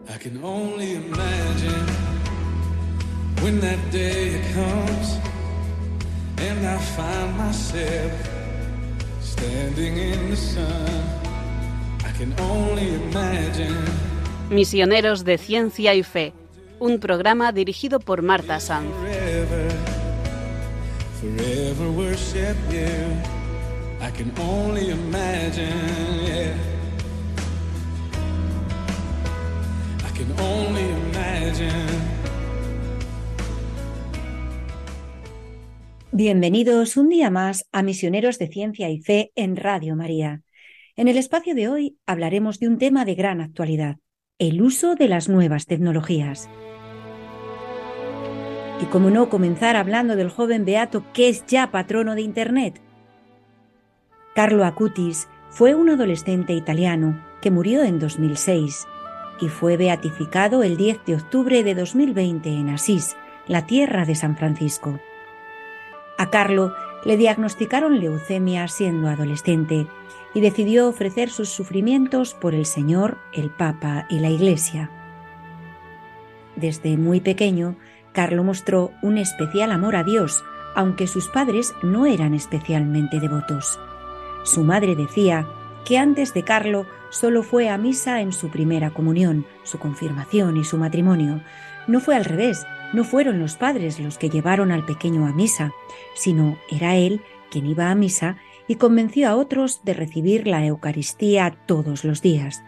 I can only imagine when that day comes and I find myself standing in the sun. I can only imagine. Misioneros de Ciencia y Fe, un programa dirigido por Marta Sanz. Forever worship you. I can only imagine, yeah. I can only imagine. Bienvenidos un día más a Misioneros de Ciencia y Fe en Radio María. En el espacio de hoy hablaremos de un tema de gran actualidad, el uso de las nuevas tecnologías. Y cómo no comenzar hablando del joven beato que es ya patrono de Internet. Carlo Acutis fue un adolescente italiano que murió en 2006 y fue beatificado el 10 de octubre de 2020 en Asís, la tierra de San Francisco. A Carlo le diagnosticaron leucemia siendo adolescente y decidió ofrecer sus sufrimientos por el Señor, el Papa y la Iglesia. Desde muy pequeño, Carlo mostró un especial amor a Dios, aunque sus padres no eran especialmente devotos. Su madre decía que antes de Carlo solo fue a misa en su primera comunión, su confirmación y su matrimonio. No fue al revés, no fueron los padres los que llevaron al pequeño a misa, sino era él quien iba a misa y convenció a otros de recibir la Eucaristía todos los días.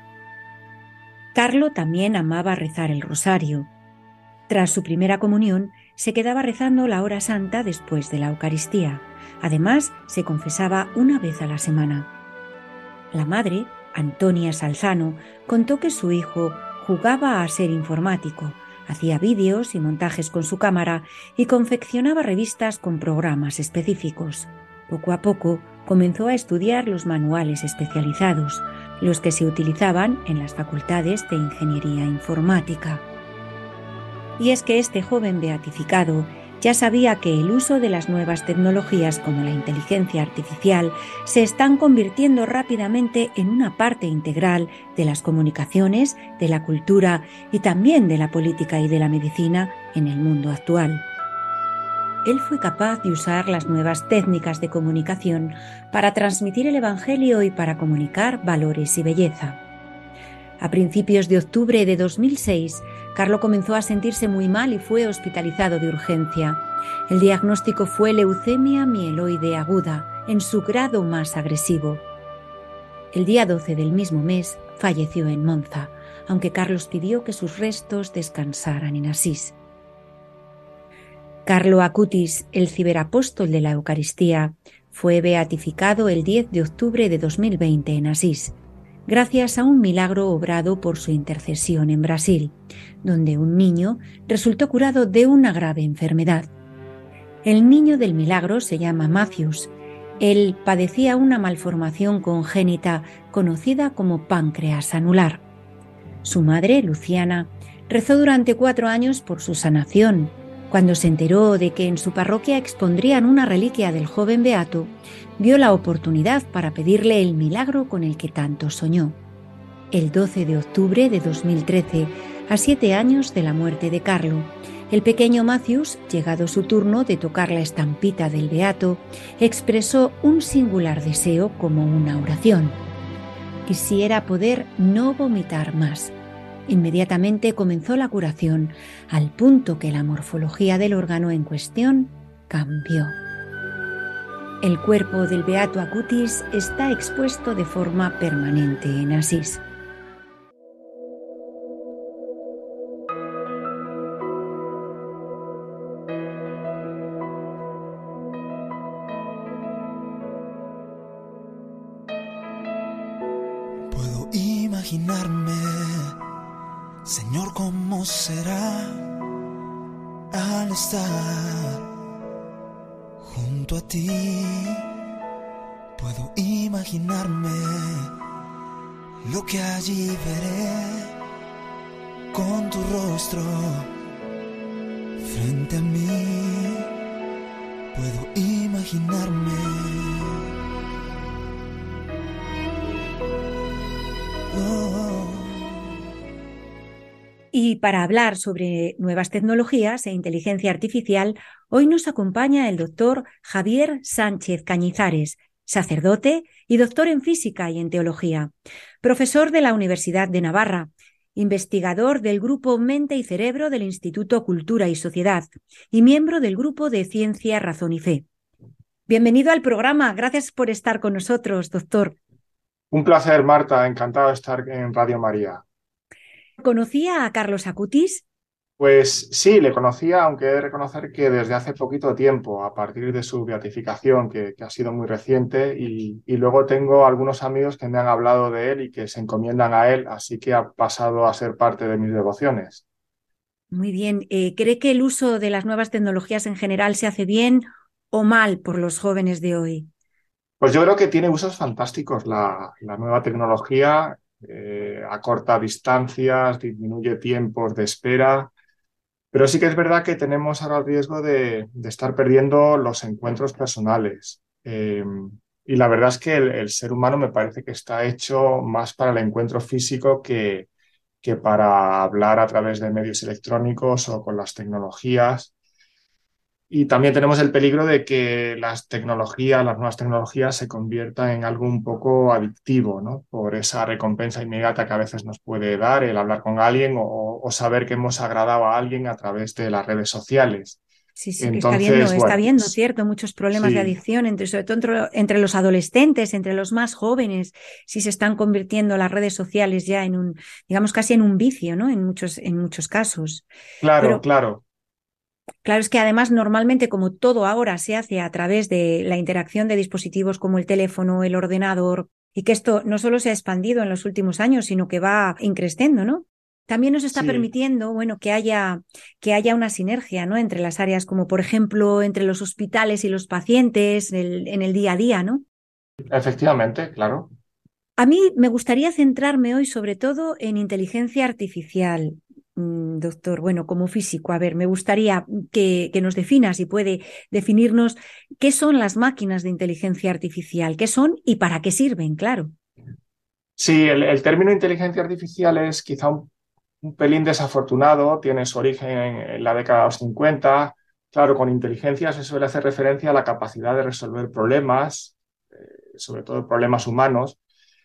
Carlo también amaba rezar el rosario. Tras su primera comunión, se quedaba rezando la hora santa después de la Eucaristía. Además, se confesaba una vez a la semana. La madre, Antonia Salzano, contó que su hijo jugaba a ser informático, hacía vídeos y montajes con su cámara y confeccionaba revistas con programas específicos. Poco a poco comenzó a estudiar los manuales especializados, los que se utilizaban en las facultades de Ingeniería Informática. Y es que este joven beatificado ya sabía que el uso de las nuevas tecnologías como la inteligencia artificial se están convirtiendo rápidamente en una parte integral de las comunicaciones, de la cultura y también de la política y de la medicina en el mundo actual. Él fue capaz de usar las nuevas técnicas de comunicación para transmitir el Evangelio y para comunicar valores y belleza. A principios de octubre de 2006, Carlo comenzó a sentirse muy mal y fue hospitalizado de urgencia. El diagnóstico fue leucemia mieloide aguda, en su grado más agresivo. El día 12 del mismo mes falleció en Monza, aunque Carlos pidió que sus restos descansaran en Asís. Carlo Acutis, el ciberapóstol de la Eucaristía, fue beatificado el 10 de octubre de 2020 en Asís, gracias a un milagro obrado por su intercesión en Brasil, donde un niño resultó curado de una grave enfermedad. El niño del milagro se llama Matthews. Él padecía una malformación congénita conocida como páncreas anular. Su madre, Luciana, rezó durante 4 años por su sanación. Cuando se enteró de que en su parroquia expondrían una reliquia del joven beato, vio la oportunidad para pedirle el milagro con el que tanto soñó. El 12 de octubre de 2013, a 7 años de la muerte de Carlo, el pequeño Matthews, llegado su turno de tocar la estampita del beato, expresó un singular deseo como una oración. Quisiera poder no vomitar más. Inmediatamente comenzó la curación, al punto que la morfología del órgano en cuestión cambió. El cuerpo del beato Acutis está expuesto de forma permanente en Asís. Puedo imaginarme, Señor, cómo será al estar junto a ti. Puedo imaginarme lo que allí veré con tu rostro frente a mí. Puedo imaginarme. Y para hablar sobre nuevas tecnologías e inteligencia artificial, hoy nos acompaña el doctor Javier Sánchez Cañizares, sacerdote y doctor en física y en teología, profesor de la Universidad de Navarra, investigador del grupo Mente y Cerebro del Instituto Cultura y Sociedad y miembro del grupo de Ciencia, Razón y Fe. Bienvenido al programa. Gracias por estar con nosotros, doctor. Un placer, Marta. Encantado de estar en Radio María. ¿Conocía a Carlos Acutis? Pues sí, le conocía, aunque he de reconocer que desde hace poquito tiempo, a partir de su beatificación, que ha sido muy reciente, y luego tengo algunos amigos que me han hablado de él y que se encomiendan a él, así que ha pasado a ser parte de mis devociones. Muy bien. ¿Cree que el uso de las nuevas tecnologías en general se hace bien o mal por los jóvenes de hoy? Pues yo creo que tiene usos fantásticos la nueva tecnología, acorta distancias, disminuye tiempos de espera. Pero sí que es verdad que tenemos ahora el riesgo de estar perdiendo los encuentros personales. Y la verdad es que el ser humano me parece que está hecho más para el encuentro físico que para hablar a través de medios electrónicos o con las tecnologías. Y también tenemos el peligro de que las nuevas tecnologías se conviertan en algo un poco adictivo, ¿no? Por esa recompensa inmediata que a veces nos puede dar el hablar con alguien o saber que hemos agradado a alguien a través de las redes sociales. Sí, que Entonces, está habiendo, ¿cierto? Muchos problemas de sí. adicción, sobre todo entre los adolescentes, entre los más jóvenes, sí se están convirtiendo las redes sociales ya en un, digamos, casi en un vicio, ¿no? En muchos casos. Claro, claro. Claro, es que además normalmente como todo ahora se hace a través de la interacción de dispositivos como el teléfono, el ordenador, y que esto no solo se ha expandido en los últimos años, sino que va increciendo, ¿no? También nos está permitiendo, bueno, que haya una sinergia, ¿no? Entre las áreas como, por ejemplo, entre los hospitales y los pacientes en el día a día, ¿no? Efectivamente, claro. A mí me gustaría centrarme hoy sobre todo en inteligencia artificial, doctor. Bueno, como físico, a ver, me gustaría que nos defina, si puede definirnos, qué son las máquinas de inteligencia artificial, qué son y para qué sirven, claro. Sí, el término inteligencia artificial es quizá un pelín desafortunado, tiene su origen en la década de los 50. Claro, con inteligencia se suele hacer referencia a la capacidad de resolver problemas, sobre todo problemas humanos,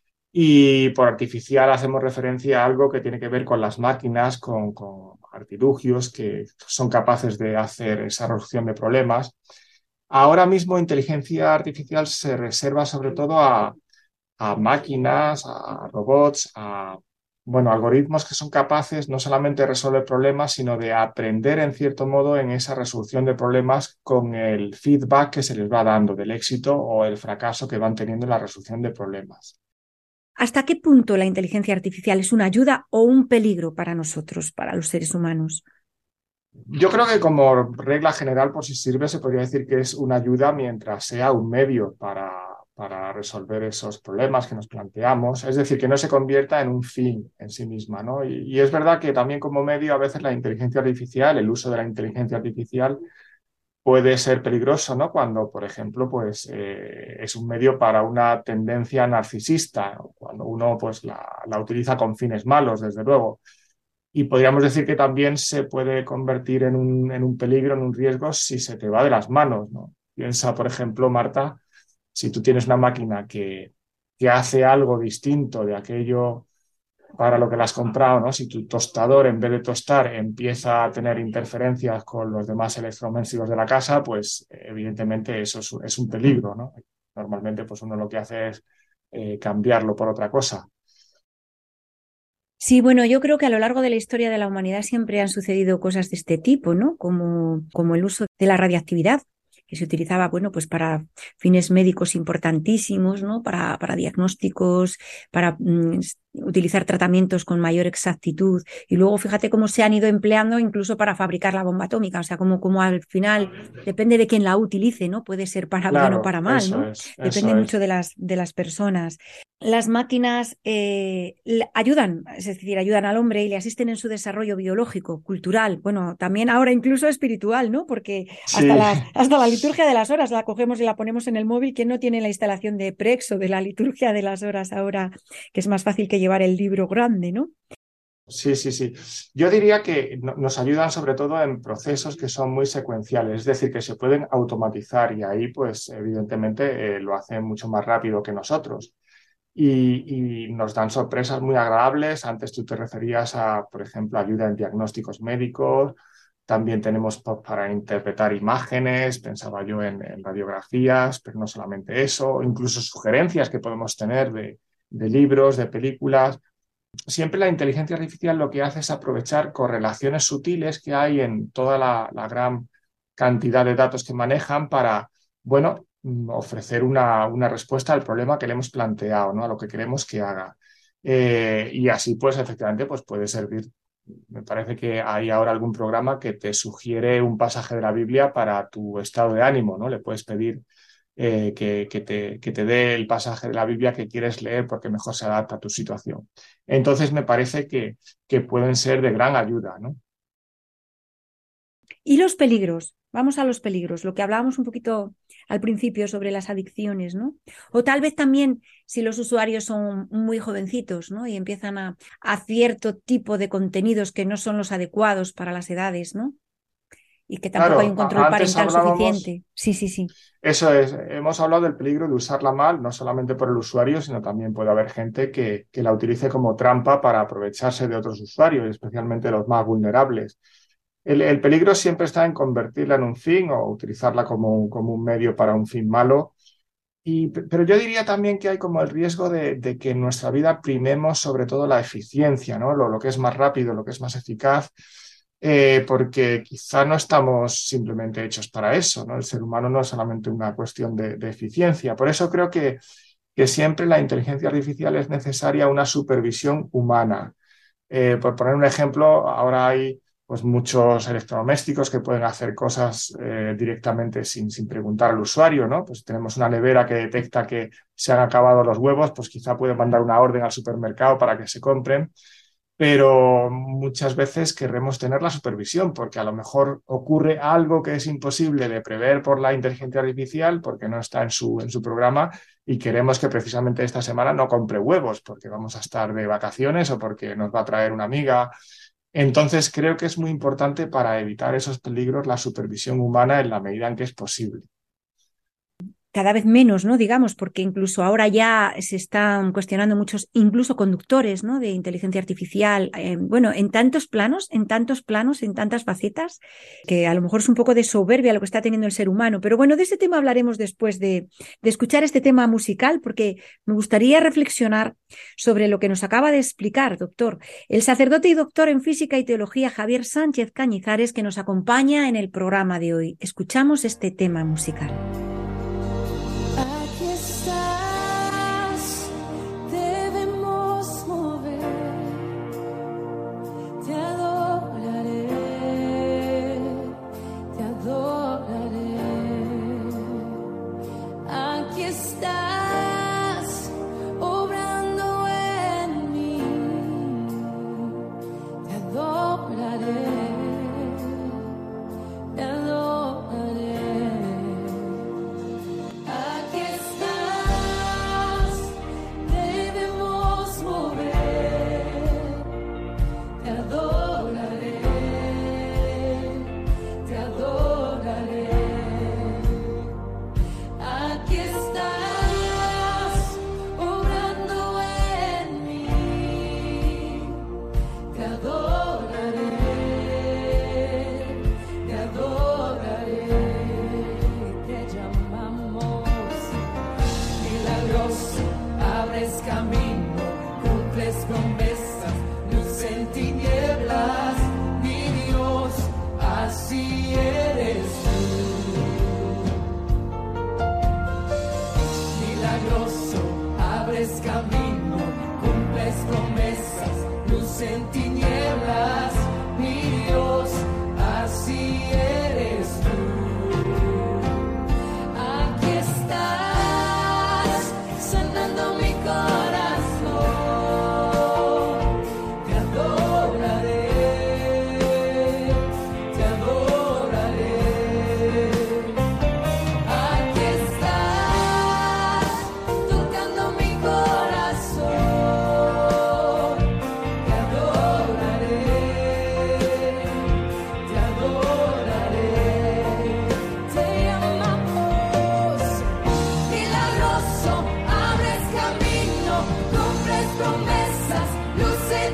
y por artificial hacemos referencia a algo que tiene que ver con las máquinas, con artilugios que son capaces de hacer esa resolución de problemas. Ahora mismo inteligencia artificial se reserva sobre todo a máquinas, a robots, algoritmos que son capaces no solamente de resolver problemas, sino de aprender en cierto modo en esa resolución de problemas con el feedback que se les va dando del éxito o el fracaso que van teniendo en la resolución de problemas. ¿Hasta qué punto la inteligencia artificial es una ayuda o un peligro para nosotros, para los seres humanos? Yo creo que como regla general, por si sirve, se podría decir que es una ayuda mientras sea un medio para resolver esos problemas que nos planteamos, es decir, que no se convierta en un fin en sí misma, ¿no? Y es verdad que también como medio a veces la inteligencia artificial, el uso de la inteligencia artificial puede ser peligroso, ¿no? Cuando, por ejemplo, pues es un medio para una tendencia narcisista, ¿no? Cuando uno pues la utiliza con fines malos, desde luego. Y podríamos decir que también se puede convertir en un peligro, en un riesgo, si se te va de las manos, ¿no? Piensa, por ejemplo, Marta, si tú tienes una máquina que hace algo distinto de aquello para lo que la has comprado, ¿no? Si tu tostador, en vez de tostar, empieza a tener interferencias con los demás electrodomésticos de la casa, pues evidentemente eso es un peligro, ¿no? Normalmente pues uno lo que hace es cambiarlo por otra cosa. Sí, bueno, yo creo que a lo largo de la historia de la humanidad siempre han sucedido cosas de este tipo, ¿no? Como el uso de la radiactividad, que se utilizaba, bueno, pues para fines médicos importantísimos, ¿no? Para diagnósticos, para utilizar tratamientos con mayor exactitud. Y luego fíjate cómo se han ido empleando incluso para fabricar la bomba atómica. O sea, como al final depende de quién la utilice, ¿no? Puede ser para bien o para mal, ¿no? Depende mucho de las personas. Las máquinas ayudan, es decir, ayudan al hombre y le asisten en su desarrollo biológico, cultural, bueno, también ahora incluso espiritual, ¿no? Porque hasta la liturgia de las horas la cogemos y la ponemos en el móvil. ¿Quién no tiene la instalación de Prex o de la liturgia de las horas ahora, que es más fácil que llevar el libro grande, ¿no? Sí, sí, sí. Yo diría que nos ayudan sobre todo en procesos que son muy secuenciales, es decir, que se pueden automatizar y ahí, pues, evidentemente, lo hacen mucho más rápido que nosotros. Y nos dan sorpresas muy agradables. Antes tú te referías a, por ejemplo, ayuda en diagnósticos médicos. También tenemos para interpretar imágenes, pensaba yo en radiografías, pero no solamente eso, incluso sugerencias que podemos tener de libros, de películas. Siempre la inteligencia artificial lo que hace es aprovechar correlaciones sutiles que hay en toda la gran cantidad de datos que manejan para, bueno, ofrecer una respuesta al problema que le hemos planteado, ¿no? A lo que queremos que haga. Y así, pues, efectivamente, pues puede servir. Me parece que hay ahora algún programa que te sugiere un pasaje de la Biblia para tu estado de ánimo, ¿no? Le puedes pedir que te dé el pasaje de la Biblia que quieres leer porque mejor se adapta a tu situación. Entonces me parece que pueden ser de gran ayuda, ¿no? Y los peligros, vamos a los peligros, lo que hablábamos un poquito al principio sobre las adicciones, ¿no? O tal vez también si los usuarios son muy jovencitos, ¿no? Y empiezan a cierto tipo de contenidos que no son los adecuados para las edades, ¿no? Y que tampoco hay Claro, un control antes parental hablábamos, suficiente. Sí, sí, sí. eso es, hemos hablado del peligro de usarla mal, no solamente por el usuario, sino también puede haber gente que la utilice como trampa para aprovecharse de otros usuarios, especialmente los más vulnerables. El peligro siempre está en convertirla en un fin o utilizarla como un medio para un fin malo. Pero yo diría también que hay como el riesgo de que en nuestra vida primemos sobre todo la eficiencia, ¿no? Lo que es más rápido, lo que es más eficaz, porque quizá no estamos simplemente hechos para eso, ¿no? El ser humano no es solamente una cuestión de eficiencia. Por eso creo que siempre la inteligencia artificial es necesaria una supervisión humana. Por poner un ejemplo, ahora hay pues muchos electrodomésticos que pueden hacer cosas directamente sin preguntar al usuario, ¿no? Pues tenemos una nevera que detecta que se han acabado los huevos, pues quizá puede mandar una orden al supermercado para que se compren, pero muchas veces querremos tener la supervisión porque a lo mejor ocurre algo que es imposible de prever por la inteligencia artificial porque no está en su programa y queremos que precisamente esta semana no compre huevos porque vamos a estar de vacaciones o porque nos va a traer una amiga. Entonces creo que es muy importante para evitar esos peligros la supervisión humana en la medida en que es posible. Cada vez menos, ¿no? Digamos, porque incluso ahora ya se están cuestionando muchos, incluso conductores, ¿no? De inteligencia artificial, bueno, en tantos planos, en tantas facetas, que a lo mejor es un poco de soberbia lo que está teniendo el ser humano. Pero bueno, de ese tema hablaremos después de escuchar este tema musical, porque me gustaría reflexionar sobre lo que nos acaba de explicar, doctor, el sacerdote y doctor en física y teología Javier Sánchez Cañizares, que nos acompaña en el programa de hoy. Escuchamos este tema musical. Tocando mi corazón, te adoro.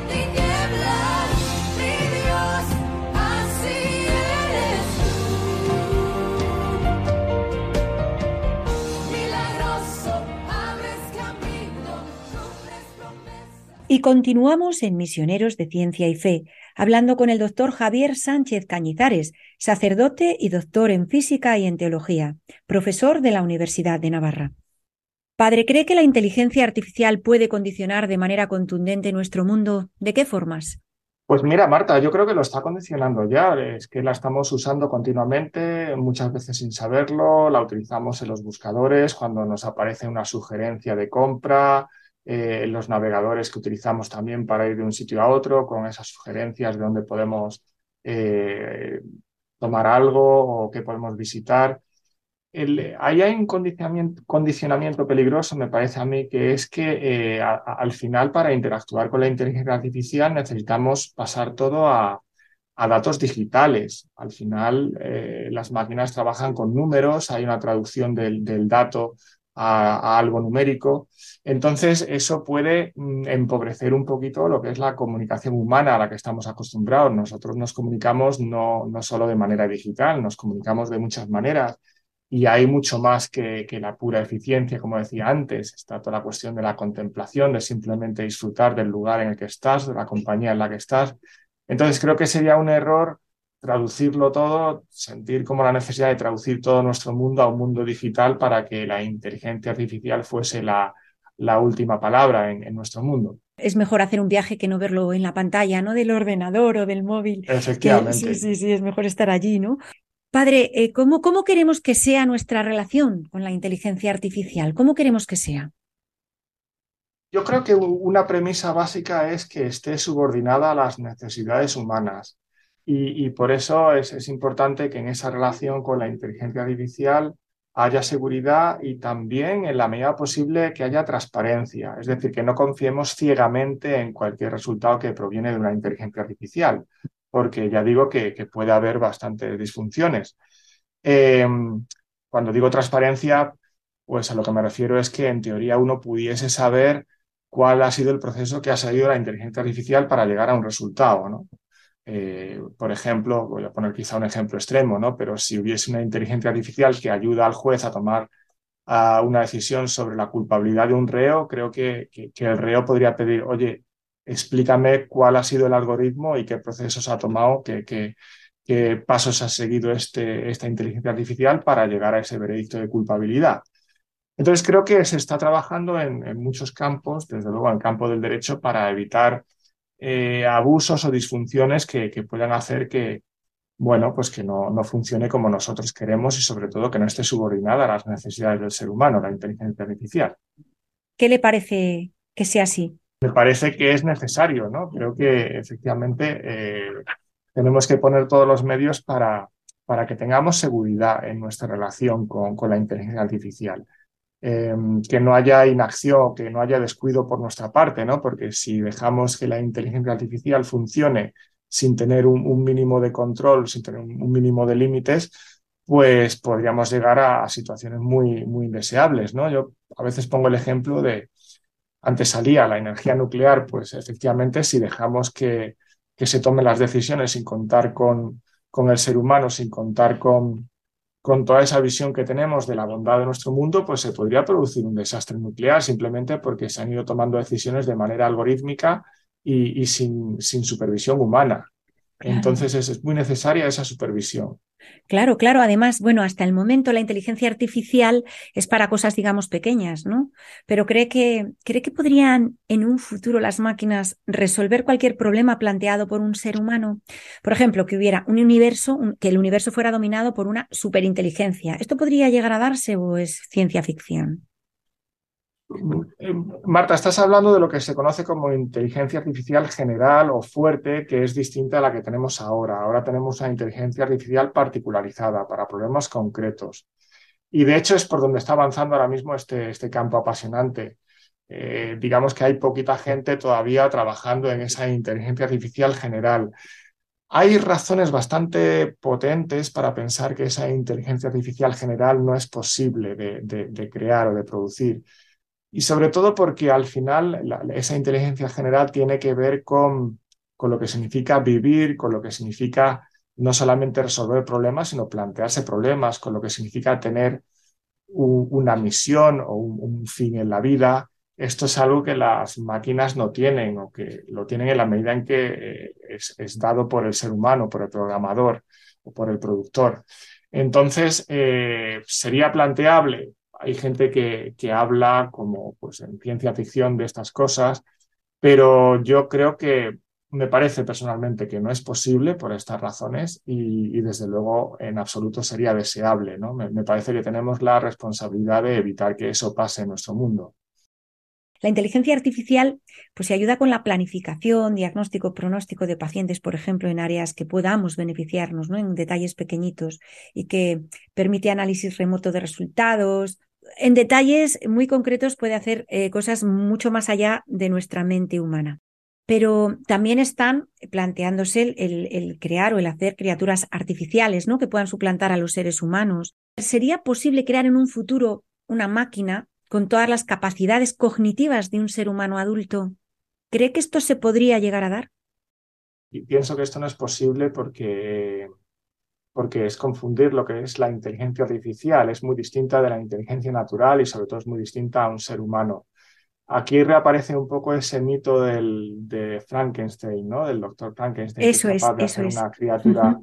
tinieblas, mi Dios, así eres tú. Milagroso, abres camino, cumples promesas. Y continuamos en Misioneros de Ciencia y Fe, hablando con el doctor Javier Sánchez Cañizares, sacerdote y doctor en Física y en Teología, profesor de la Universidad de Navarra. Padre, ¿cree que la inteligencia artificial puede condicionar de manera contundente nuestro mundo? ¿De qué formas? Pues mira, Marta, yo creo que lo está condicionando ya. Es que la estamos usando continuamente, muchas veces sin saberlo. La utilizamos en los buscadores cuando nos aparece una sugerencia de compra, en los navegadores que utilizamos también para ir de un sitio a otro, con esas sugerencias de dónde podemos tomar algo o qué podemos visitar. Ahí hay un condicionamiento peligroso, me parece a mí, que es que al final para interactuar con la inteligencia artificial necesitamos pasar todo a datos digitales. Al final las máquinas trabajan con números, hay una traducción del dato a algo numérico. Entonces eso puede empobrecer un poquito lo que es la comunicación humana a la que estamos acostumbrados. Nosotros nos comunicamos no solo de manera digital, nos comunicamos de muchas maneras. Y hay mucho más que la pura eficiencia, como decía antes. Está toda la cuestión de la contemplación, de simplemente disfrutar del lugar en el que estás, de la compañía en la que estás. Entonces creo que sería un error traducirlo todo, sentir como la necesidad de traducir todo nuestro mundo a un mundo digital para que la inteligencia artificial fuese la última palabra en nuestro mundo. Es mejor hacer un viaje que no verlo en la pantalla, ¿no? Del ordenador o del móvil. Efectivamente. Sí, es mejor estar allí, ¿no? Padre, ¿cómo queremos que sea nuestra relación con la inteligencia artificial? ¿Cómo queremos que sea? Yo creo que una premisa básica es que esté subordinada a las necesidades humanas y por eso es importante que en esa relación con la inteligencia artificial haya seguridad y también, en la medida posible, que haya transparencia. Es decir, que no confiemos ciegamente en cualquier resultado que proviene de una inteligencia artificial, porque ya digo que puede haber bastantes disfunciones. Cuando digo transparencia, pues a lo que me refiero es que en teoría uno pudiese saber cuál ha sido el proceso que ha seguido la inteligencia artificial para llegar a un resultado, ¿no? Por ejemplo, voy a poner quizá un ejemplo extremo, ¿no? Pero si hubiese una inteligencia artificial que ayuda al juez a tomar una decisión sobre la culpabilidad de un reo, creo que el reo podría pedir, oye, explícame cuál ha sido el algoritmo y qué procesos ha tomado, qué pasos ha seguido esta inteligencia artificial para llegar a ese veredicto de culpabilidad. Entonces creo que se está trabajando en muchos campos, desde luego en el campo del derecho, para evitar abusos o disfunciones que puedan hacer que, bueno, pues que no funcione como nosotros queremos y sobre todo que no esté subordinada a las necesidades del ser humano, la inteligencia artificial. ¿Qué le parece que sea así? Me parece que es necesario, ¿no? Creo que efectivamente tenemos que poner todos los medios para que tengamos seguridad en nuestra relación con la inteligencia artificial. Que no haya inacción, que no haya descuido por nuestra parte, ¿no? Porque si dejamos que la inteligencia artificial funcione sin tener un mínimo de control, sin tener un mínimo de límites, pues podríamos llegar a situaciones muy, muy indeseables, ¿no? Yo a veces pongo el ejemplo de, antes salía la energía nuclear, pues efectivamente si dejamos que se tomen las decisiones sin contar con el ser humano, sin contar con toda esa visión que tenemos de la bondad de nuestro mundo, pues se podría producir un desastre nuclear simplemente porque se han ido tomando decisiones de manera algorítmica y sin supervisión humana. Claro. Entonces es muy necesaria esa supervisión. Claro. Además, bueno, hasta el momento la inteligencia artificial es para cosas, digamos, pequeñas, ¿no? Pero ¿cree que podrían en un futuro las máquinas resolver cualquier problema planteado por un ser humano? Por ejemplo, que hubiera un universo, que el universo fuera dominado por una superinteligencia. ¿Esto podría llegar a darse o es ciencia ficción? Marta, estás hablando de lo que se conoce como inteligencia artificial general o fuerte, que es distinta a la que tenemos ahora. Ahora tenemos una inteligencia artificial particularizada para problemas concretos. Y de hecho es por donde está avanzando ahora mismo este campo apasionante. Digamos que hay poquita gente todavía trabajando en esa inteligencia artificial general. Hay razones bastante potentes para pensar que esa inteligencia artificial general no es posible de crear o de producir. Y sobre todo porque al final esa inteligencia general tiene que ver con lo que significa vivir, con lo que significa no solamente resolver problemas, sino plantearse problemas, con lo que significa tener una misión o un fin en la vida. Esto es algo que las máquinas no tienen o que lo tienen en la medida en que es dado por el ser humano, por el programador o por el productor. Entonces, sería planteable, hay gente que habla como pues, en ciencia ficción de estas cosas, pero yo creo que me parece personalmente que no es posible por estas razones y desde luego en absoluto sería deseable, ¿no? Me parece que tenemos la responsabilidad de evitar que eso pase en nuestro mundo. La inteligencia artificial pues, se ayuda con la planificación, diagnóstico, pronóstico de pacientes, por ejemplo, en áreas que podamos beneficiarnos, ¿no? En detalles pequeñitos y que permite análisis remoto de resultados. En detalles muy concretos puede hacer cosas mucho más allá de nuestra mente humana. Pero también están planteándose el crear o el hacer criaturas artificiales, ¿no? Que puedan suplantar a los seres humanos. ¿Sería posible crear en un futuro una máquina con todas las capacidades cognitivas de un ser humano adulto? ¿Cree que esto se podría llegar a dar? Y pienso que esto no es posible porque es confundir lo que es la inteligencia artificial. Es muy distinta de la inteligencia natural y sobre todo es muy distinta a un ser humano. Aquí reaparece un poco ese mito de Frankenstein, ¿no? Del doctor Frankenstein, que es capaz de Eso hacer es. una criatura.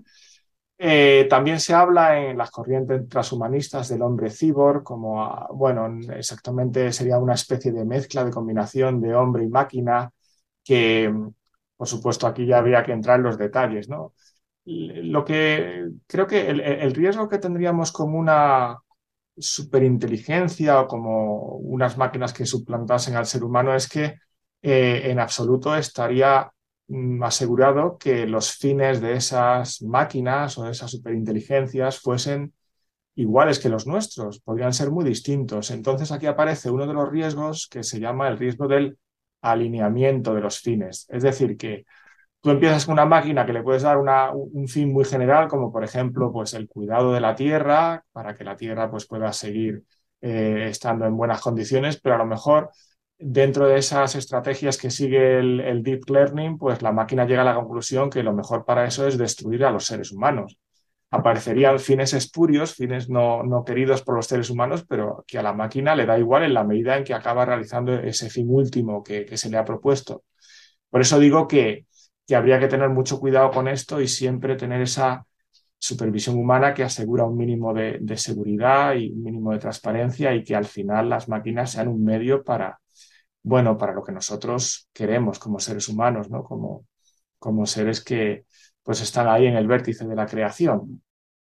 También se habla en las corrientes transhumanistas del hombre cyborg, como, bueno, exactamente sería una especie de mezcla, de combinación de hombre y máquina, que, por supuesto, aquí ya habría que entrar en los detalles, ¿no? Lo que creo que el riesgo que tendríamos como una superinteligencia o como unas máquinas que suplantasen al ser humano es que en absoluto estaría asegurado que los fines de esas máquinas o de esas superinteligencias fuesen iguales que los nuestros, podrían ser muy distintos. Entonces aquí aparece uno de los riesgos que se llama el riesgo del alineamiento de los fines. Es decir, que tú empiezas con una máquina que le puedes dar un fin muy general, como por ejemplo pues el cuidado de la tierra, para que la tierra pues, pueda seguir estando en buenas condiciones, pero a lo mejor dentro de esas estrategias que sigue el deep learning, pues la máquina llega a la conclusión que lo mejor para eso es destruir a los seres humanos. Aparecerían fines espurios, fines no queridos por los seres humanos, pero que a la máquina le da igual en la medida en que acaba realizando ese fin último que se le ha propuesto. Por eso digo que habría que tener mucho cuidado con esto y siempre tener esa supervisión humana que asegura un mínimo de seguridad y un mínimo de transparencia y que al final las máquinas sean un medio para, bueno, para lo que nosotros queremos como seres humanos, ¿no? Como seres que pues están ahí en el vértice de la creación.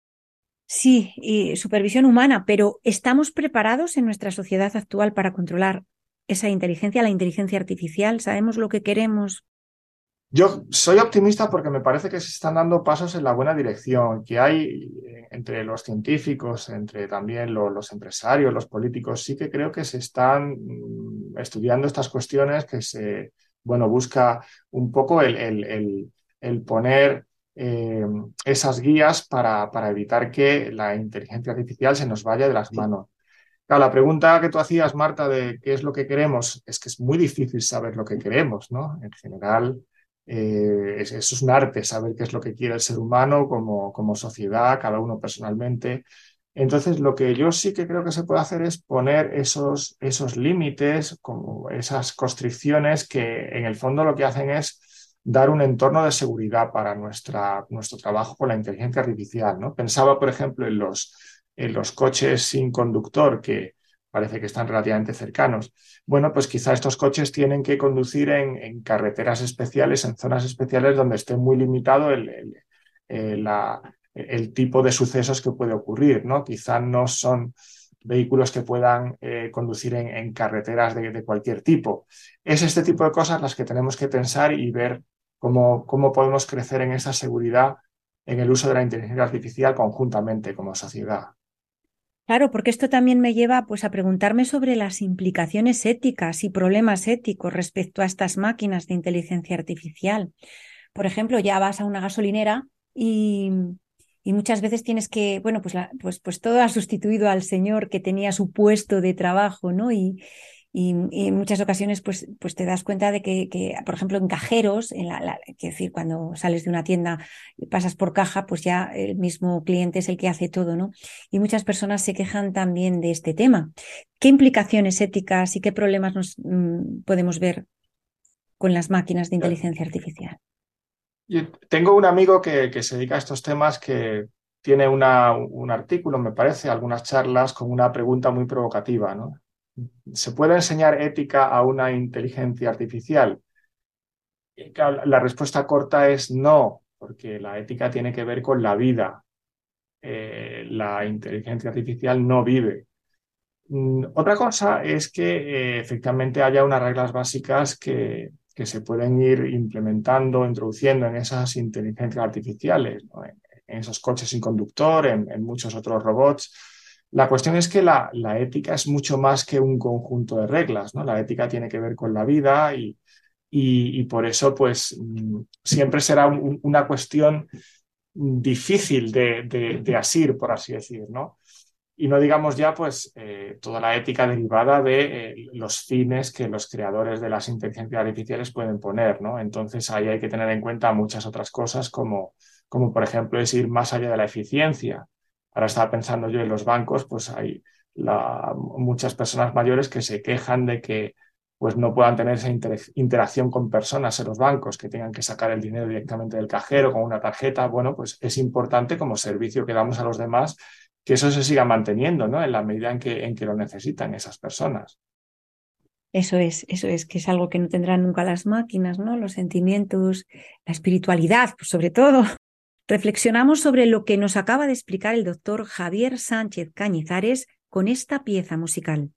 Sí, y supervisión humana, pero ¿estamos preparados en nuestra sociedad actual para controlar esa inteligencia, la inteligencia artificial? ¿Sabemos lo que queremos? Yo soy optimista porque me parece que se están dando pasos en la buena dirección, que hay entre los científicos, entre también los empresarios, los políticos, sí que creo que se están estudiando estas cuestiones, que se, bueno, busca un poco el poner esas guías para evitar que la inteligencia artificial se nos vaya de las manos. Claro, la pregunta que tú hacías, Marta, de qué es lo que queremos, es que es muy difícil saber lo que queremos, ¿no? En general, eso es un arte, saber qué es lo que quiere el ser humano como sociedad, cada uno personalmente. Entonces, lo que yo sí que creo que se puede hacer es poner esos límites, como esas constricciones que en el fondo lo que hacen es dar un entorno de seguridad para nuestro trabajo con la inteligencia artificial, ¿no? Pensaba, por ejemplo, en los coches sin conductor, que parece que están relativamente cercanos. Bueno, pues quizá estos coches tienen que conducir en carreteras especiales, en zonas especiales donde esté muy limitado el tipo de sucesos que puede ocurrir, ¿no? Quizá no son vehículos que puedan conducir en carreteras de cualquier tipo. Es este tipo de cosas las que tenemos que pensar y ver cómo podemos crecer en esa seguridad en el uso de la inteligencia artificial conjuntamente como sociedad. Claro, porque esto también me lleva pues a preguntarme sobre las implicaciones éticas y problemas éticos respecto a estas máquinas de inteligencia artificial. Por ejemplo, ya vas a una gasolinera y muchas veces tienes que, bueno, pues todo ha sustituido al señor que tenía su puesto de trabajo, ¿no? Y en muchas ocasiones pues te das cuenta de que, por ejemplo, en cajeros, es decir, cuando sales de una tienda y pasas por caja, pues ya el mismo cliente es el que hace todo, ¿no? Y muchas personas se quejan también de este tema. ¿Qué implicaciones éticas y qué problemas podemos ver con las máquinas de inteligencia artificial? Yo tengo un amigo que se dedica a estos temas que tiene un artículo, me parece, algunas charlas con una pregunta muy provocativa, ¿no? ¿Se puede enseñar ética a una inteligencia artificial? Y claro, la respuesta corta es no, porque la ética tiene que ver con la vida. La inteligencia artificial no vive. Otra cosa es que efectivamente haya unas reglas básicas que se pueden ir implementando, introduciendo en esas inteligencias artificiales, ¿no? En esos coches sin conductor, en muchos otros robots. La cuestión es que la ética es mucho más que un conjunto de reglas, ¿no? La ética tiene que ver con la vida y por eso pues siempre será una cuestión difícil de asir, por así decir, ¿no? Y no digamos ya, pues, toda la ética derivada de los fines que los creadores de las inteligencias artificiales pueden poner, ¿no? Entonces ahí hay que tener en cuenta muchas otras cosas, como por ejemplo es ir más allá de la eficiencia. Ahora estaba pensando yo en los bancos, pues hay muchas personas mayores que se quejan de que pues no puedan tener esa interacción con personas en los bancos, que tengan que sacar el dinero directamente del cajero con una tarjeta. Bueno, pues es importante como servicio que damos a los demás que eso se siga manteniendo, ¿no? En la medida en que lo necesitan esas personas. Eso es, que es algo que no tendrán nunca las máquinas, ¿no? Los sentimientos, la espiritualidad, pues sobre todo. Reflexionamos sobre lo que nos acaba de explicar el doctor Javier Sánchez Cañizares con esta pieza musical.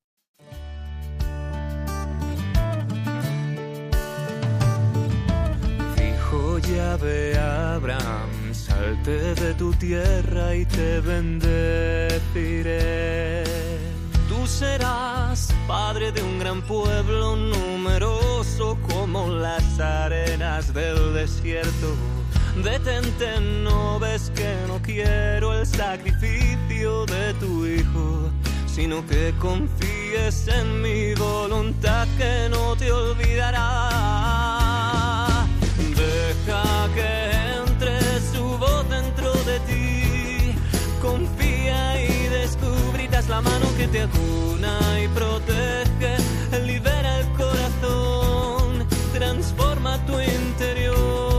Dijo Yahvé a Abraham, salte de tu tierra y te bendeciré. Tú serás padre de un gran pueblo numeroso como las arenas del desierto. Detente, no ves que no quiero el sacrificio de tu hijo, sino que confíes en mi voluntad que no te olvidará. Deja que entre su voz dentro de ti, confía y descubrirás la mano que te acuna y protege, libera el corazón, transforma tu interior.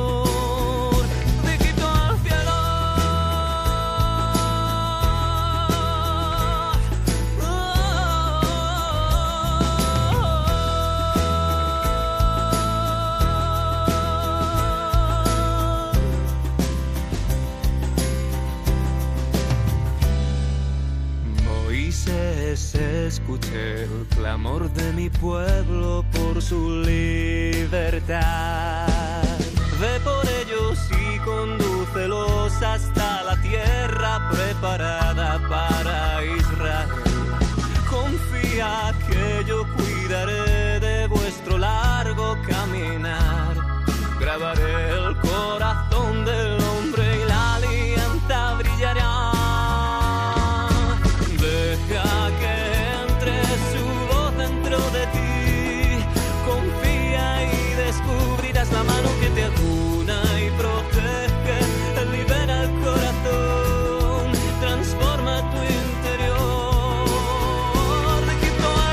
Escuché el clamor de mi pueblo por su libertad. Ve por ellos y condúcelos hasta la tierra preparada para Israel. Confía que yo cuidaré de vuestro largo caminar. Grabaré el corazón del hombre y la alianza brillará. De ti, confía y descubrirás la mano que te acuna y protege, libera el corazón, transforma tu interior, de Egipto al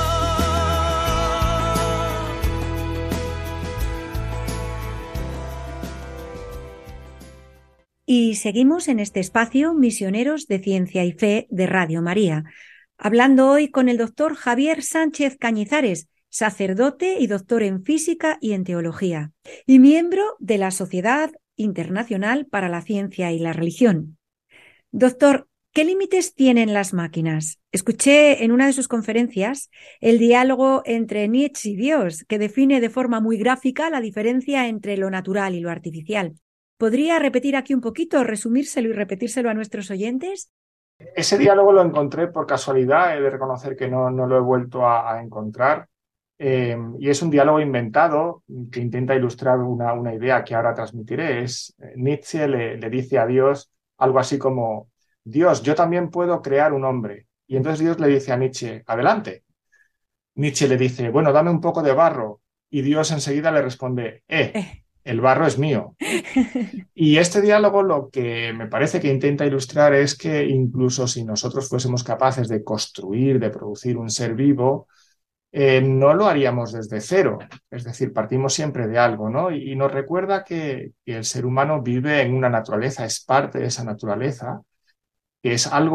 cielo. Y seguimos en este espacio Misioneros de Ciencia y Fe de Radio María, hablando hoy con el doctor Javier Sánchez Cañizares, sacerdote y doctor en física y en teología, y miembro de la Sociedad Internacional para la Ciencia y la Religión. Doctor, ¿qué límites tienen las máquinas? Escuché en una de sus conferencias el diálogo entre Nietzsche y Dios, que define de forma muy gráfica la diferencia entre lo natural y lo artificial. ¿Podría repetir aquí un poquito, resumírselo y repetírselo a nuestros oyentes? Ese diálogo lo encontré por casualidad, he de reconocer que no lo he vuelto a encontrar. Y es un diálogo inventado que intenta ilustrar una idea que ahora transmitiré. Nietzsche le dice a Dios algo así como: Dios, yo también puedo crear un hombre. Y entonces Dios le dice a Nietzsche: adelante. Nietzsche le dice, bueno, dame un poco de barro, y Dios enseguida le responde, el barro es mío. Y este diálogo lo que me parece que intenta ilustrar es que incluso si nosotros fuésemos capaces de construir, de producir un ser vivo, no lo haríamos desde cero. Es decir, partimos siempre de algo, ¿no? Y nos recuerda que el ser humano vive en una naturaleza, es parte de esa naturaleza, que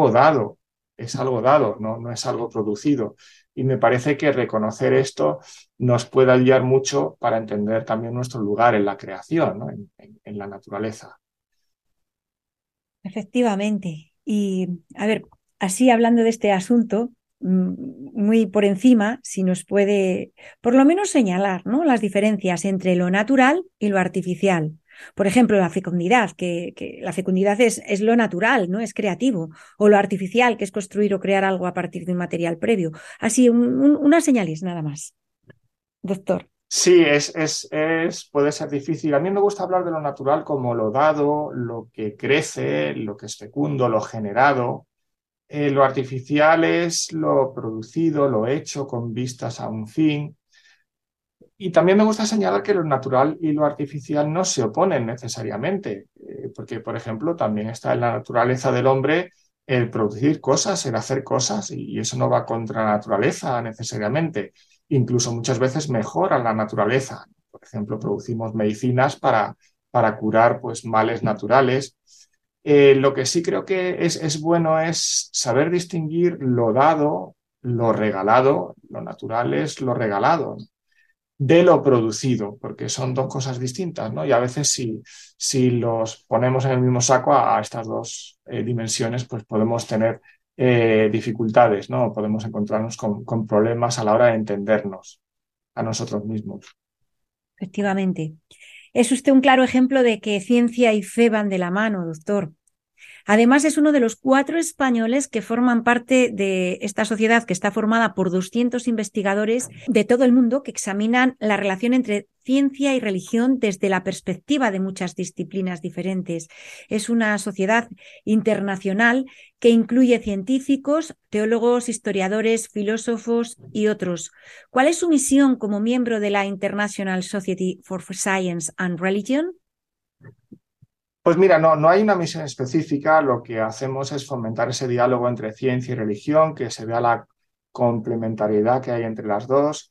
es algo dado, no es algo producido. Y me parece que reconocer esto nos puede ayudar mucho para entender también nuestro lugar en la creación, ¿no? En la naturaleza. Efectivamente. Y a ver, así hablando de este asunto, muy por encima, si nos puede por lo menos señalar, ¿no?, las diferencias entre lo natural y lo artificial. Por ejemplo, la fecundidad, que la fecundidad es lo natural, ¿no? Es creativo. O lo artificial, que es construir o crear algo a partir de un material previo. Así, unas señales nada más, doctor. Sí, puede ser difícil. A mí me gusta hablar de lo natural como lo dado, lo que crece, lo que es fecundo, lo generado. Lo artificial es lo producido, lo hecho con vistas a un fin. Y también me gusta señalar que lo natural y lo artificial no se oponen necesariamente, porque, por ejemplo, también está en la naturaleza del hombre el producir cosas, el hacer cosas, y eso no va contra la naturaleza necesariamente. Incluso muchas veces mejora la naturaleza. Por ejemplo, producimos medicinas para curar, pues, males naturales. Lo que sí creo que es bueno es saber distinguir lo dado, lo regalado, lo natural es lo regalado, de lo producido, porque son dos cosas distintas, ¿no? Y a veces si los ponemos en el mismo saco a estas dos dimensiones, pues podemos tener dificultades, ¿no? Podemos encontrarnos con problemas a la hora de entendernos a nosotros mismos. Efectivamente. Es usted un claro ejemplo de que ciencia y fe van de la mano, doctor. Además, es uno de los 4 españoles que forman parte de esta sociedad que está formada por 200 investigadores de todo el mundo que examinan la relación entre ciencia y religión desde la perspectiva de muchas disciplinas diferentes. Es una sociedad internacional que incluye científicos, teólogos, historiadores, filósofos y otros. ¿Cuál es su misión como miembro de la International Society for Science and Religion? Pues mira, no hay una misión específica, lo que hacemos es fomentar ese diálogo entre ciencia y religión, que se vea la complementariedad que hay entre las dos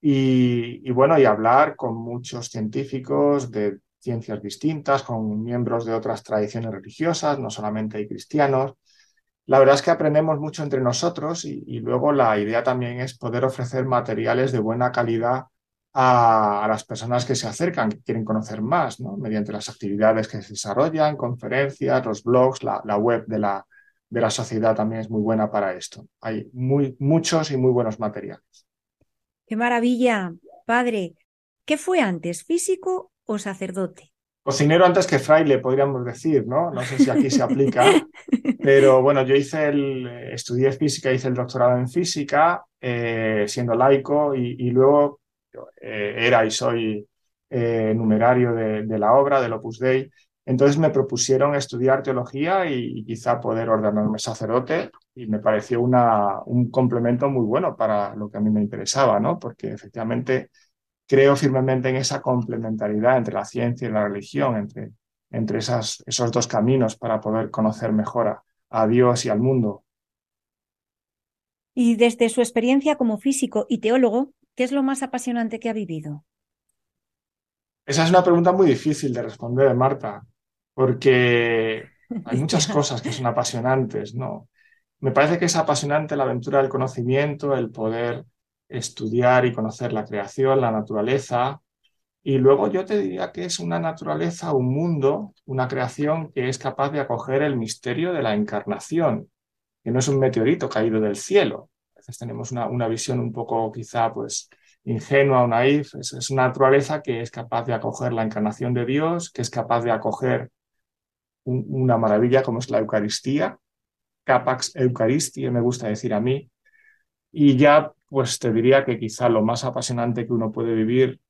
y bueno, y hablar con muchos científicos de ciencias distintas, con miembros de otras tradiciones religiosas, no solamente hay cristianos. La verdad es que aprendemos mucho entre nosotros y luego la idea también es poder ofrecer materiales de buena calidad a las personas que se acercan, que quieren conocer más, ¿no? Mediante las actividades que se desarrollan, conferencias, los blogs, la web de la sociedad también es muy buena para esto. Hay muchos y muy buenos materiales. ¡Qué maravilla! Padre, ¿qué fue antes, físico o sacerdote? Cocinero antes que fraile, podríamos decir, ¿no? No sé si aquí se aplica, pero bueno, yo estudié física, hice el doctorado en física, siendo laico, y luego era y soy numerario de la obra, del Opus Dei. Entonces me propusieron estudiar teología y quizá poder ordenarme sacerdote, y me pareció un complemento muy bueno para lo que a mí me interesaba, ¿no? Porque efectivamente creo firmemente en esa complementariedad entre la ciencia y la religión, entre esos dos caminos para poder conocer mejor a Dios y al mundo. Y desde su experiencia como físico y teólogo, ¿qué es lo más apasionante que ha vivido? Esa es una pregunta muy difícil de responder, Marta, porque hay muchas Ya. cosas que son apasionantes, ¿no? Me parece que es apasionante la aventura del conocimiento, el poder estudiar y conocer la creación, la naturaleza. Y luego yo te diría que es una naturaleza, un mundo, una creación que es capaz de acoger el misterio de la encarnación, que no es un meteorito caído del cielo. A veces tenemos una visión un poco quizá pues ingenua o naif. Es una naturaleza que es capaz de acoger la encarnación de Dios, que es capaz de acoger una maravilla como es la Eucaristía, Capax Eucharistia, me gusta decir a mí. Y ya pues te diría que quizá lo más apasionante que uno puede vivir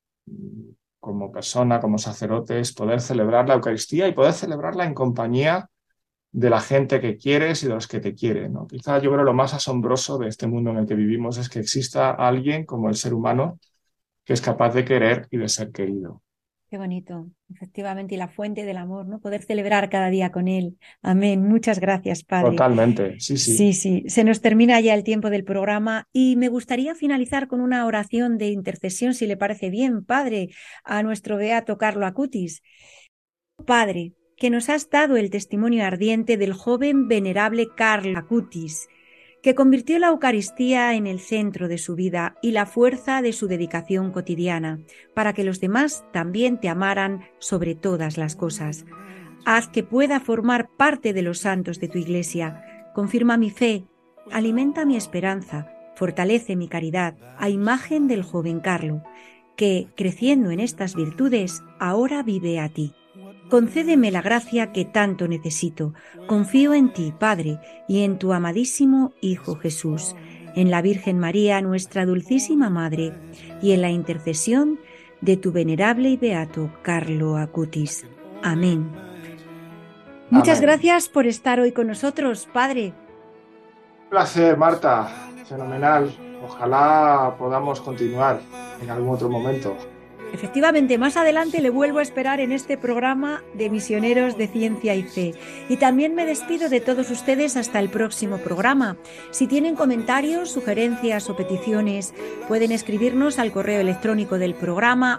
como persona, como sacerdote, es poder celebrar la Eucaristía y poder celebrarla en compañía de la gente que quieres y de los que te quieren, ¿no? Quizá yo creo lo más asombroso de este mundo en el que vivimos es que exista alguien como el ser humano que es capaz de querer y de ser querido. Qué bonito, efectivamente, y la fuente del amor, ¿no? Poder celebrar cada día con él. Amén. Muchas gracias, Padre. Totalmente, sí, sí. Sí, sí, se nos termina ya el tiempo del programa y me gustaría finalizar con una oración de intercesión, si le parece bien, Padre, a nuestro beato Carlo Acutis. Padre, que nos has dado el testimonio ardiente del joven venerable Carlo Acutis, que convirtió la Eucaristía en el centro de su vida y la fuerza de su dedicación cotidiana, para que los demás también te amaran sobre todas las cosas. Haz que pueda formar parte de los santos de tu Iglesia. Confirma mi fe, alimenta mi esperanza, fortalece mi caridad, a imagen del joven Carlo, que, creciendo en estas virtudes, ahora vive a ti. Concédeme la gracia que tanto necesito. Confío en ti, Padre, y en tu amadísimo Hijo Jesús, en la Virgen María, nuestra dulcísima Madre, y en la intercesión de tu venerable y beato Carlo Acutis. Amén. Muchas Amén. gracias por estar hoy con nosotros, Padre. Un placer, Marta. Fenomenal. Ojalá podamos continuar en algún otro momento. Efectivamente, más adelante le vuelvo a esperar en este programa de Misioneros de Ciencia y Fe. Y también me despido de todos ustedes hasta el próximo programa. Si tienen comentarios, sugerencias o peticiones, pueden escribirnos al correo electrónico del programa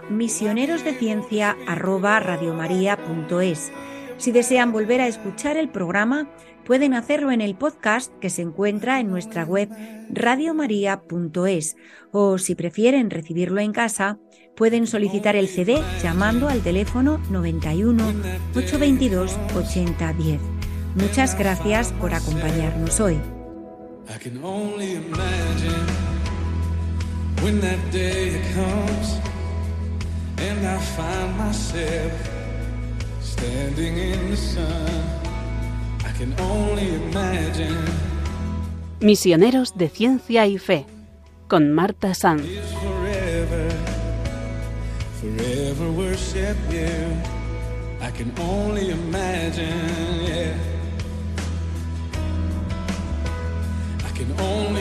misionerosdeciencia@radiomaria.es. Si desean volver a escuchar el programa, pueden hacerlo en el podcast que se encuentra en nuestra web radiomaria.es, o si prefieren recibirlo en casa, pueden solicitar el CD llamando al teléfono 91 822 8010. Muchas gracias por acompañarnos hoy. I can only imagine when that day comes and I find myself standing in the sun. I can only imagine Misioneros de Ciencia y Fe, con Marta Sanz. it's forever, forever worship you. I can only imagine, yeah. I can only